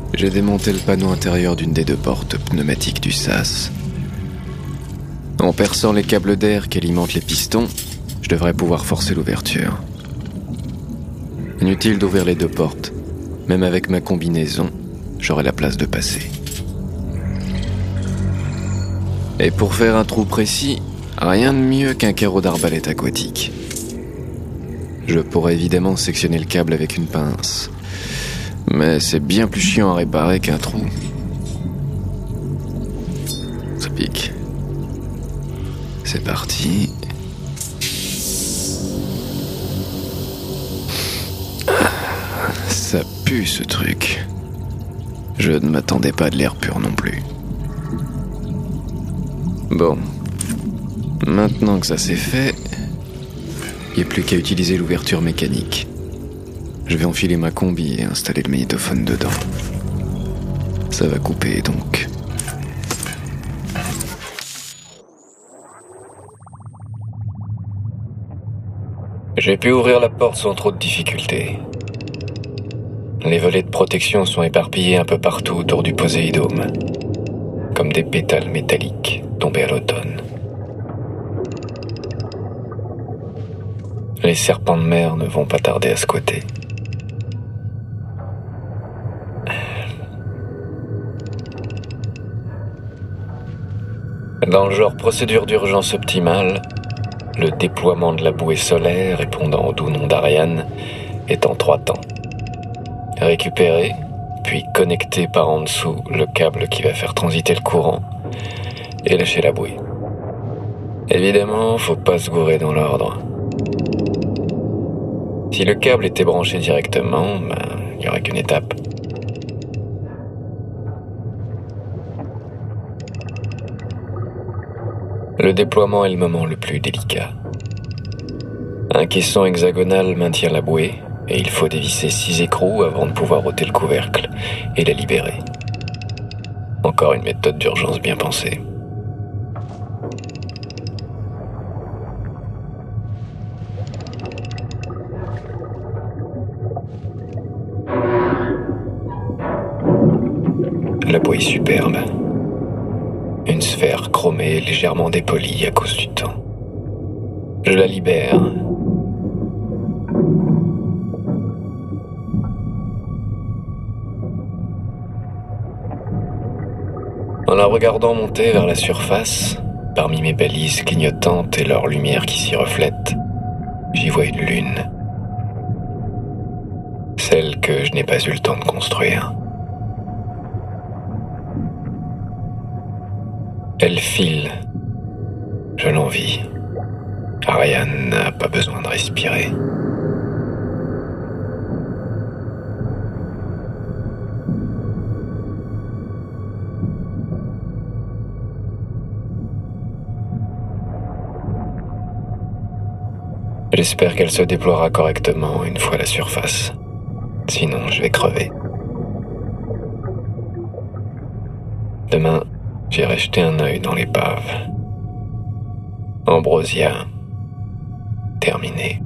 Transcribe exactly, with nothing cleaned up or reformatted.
J'ai démonté le panneau intérieur d'une des deux portes pneumatiques du sas. En perçant les câbles d'air qui alimentent les pistons, je devrais pouvoir forcer l'ouverture. Inutile d'ouvrir les deux portes. Même avec ma combinaison, j'aurai la place de passer. Et pour faire un trou précis, rien de mieux qu'un carreau d'arbalète aquatique. Je pourrais évidemment sectionner le câble avec une pince, mais c'est bien plus chiant à réparer qu'un trou. Ça pique. C'est parti. Ça pue ce truc. Je ne m'attendais pas à de l'air pur non plus. Bon. Maintenant que ça c'est fait, il n'y a plus qu'à utiliser l'ouverture mécanique. Je vais enfiler ma combi et installer le magnétophone dedans. Ça va couper donc. J'ai pu ouvrir la porte sans trop de difficultés. Les volets de protection sont éparpillés un peu partout autour du poséidome, comme des pétales métalliques tombés à l'automne. Les serpents de mer ne vont pas tarder à squatter. Dans le genre procédure d'urgence optimale, le déploiement de la bouée solaire répondant au doux nom d'Ariane est en trois temps. Récupérer, puis connecter par en dessous le câble qui va faire transiter le courant et lâcher la bouée. Évidemment, faut pas se gourer dans l'ordre. Si le câble était branché directement, ben, il n'y aurait qu'une étape. Le déploiement est le moment le plus délicat. Un caisson hexagonal maintient la bouée et il faut dévisser six écrous avant de pouvoir ôter le couvercle et la libérer. Encore une méthode d'urgence bien pensée. La bouée est superbe. Une sphère chromée légèrement dépolie à cause du temps. Je la libère. En la regardant monter vers la surface, parmi mes balises clignotantes et leur lumière qui s'y reflète, j'y vois une lune. Celle que je n'ai pas eu le temps de construire. Elle file. Je l'envie. Ariane n'a pas besoin de respirer. J'espère qu'elle se déploiera correctement une fois à la surface. Sinon, je vais crever. Demain, j'irai jeter un œil dans l'épave. Ambrosia, terminé.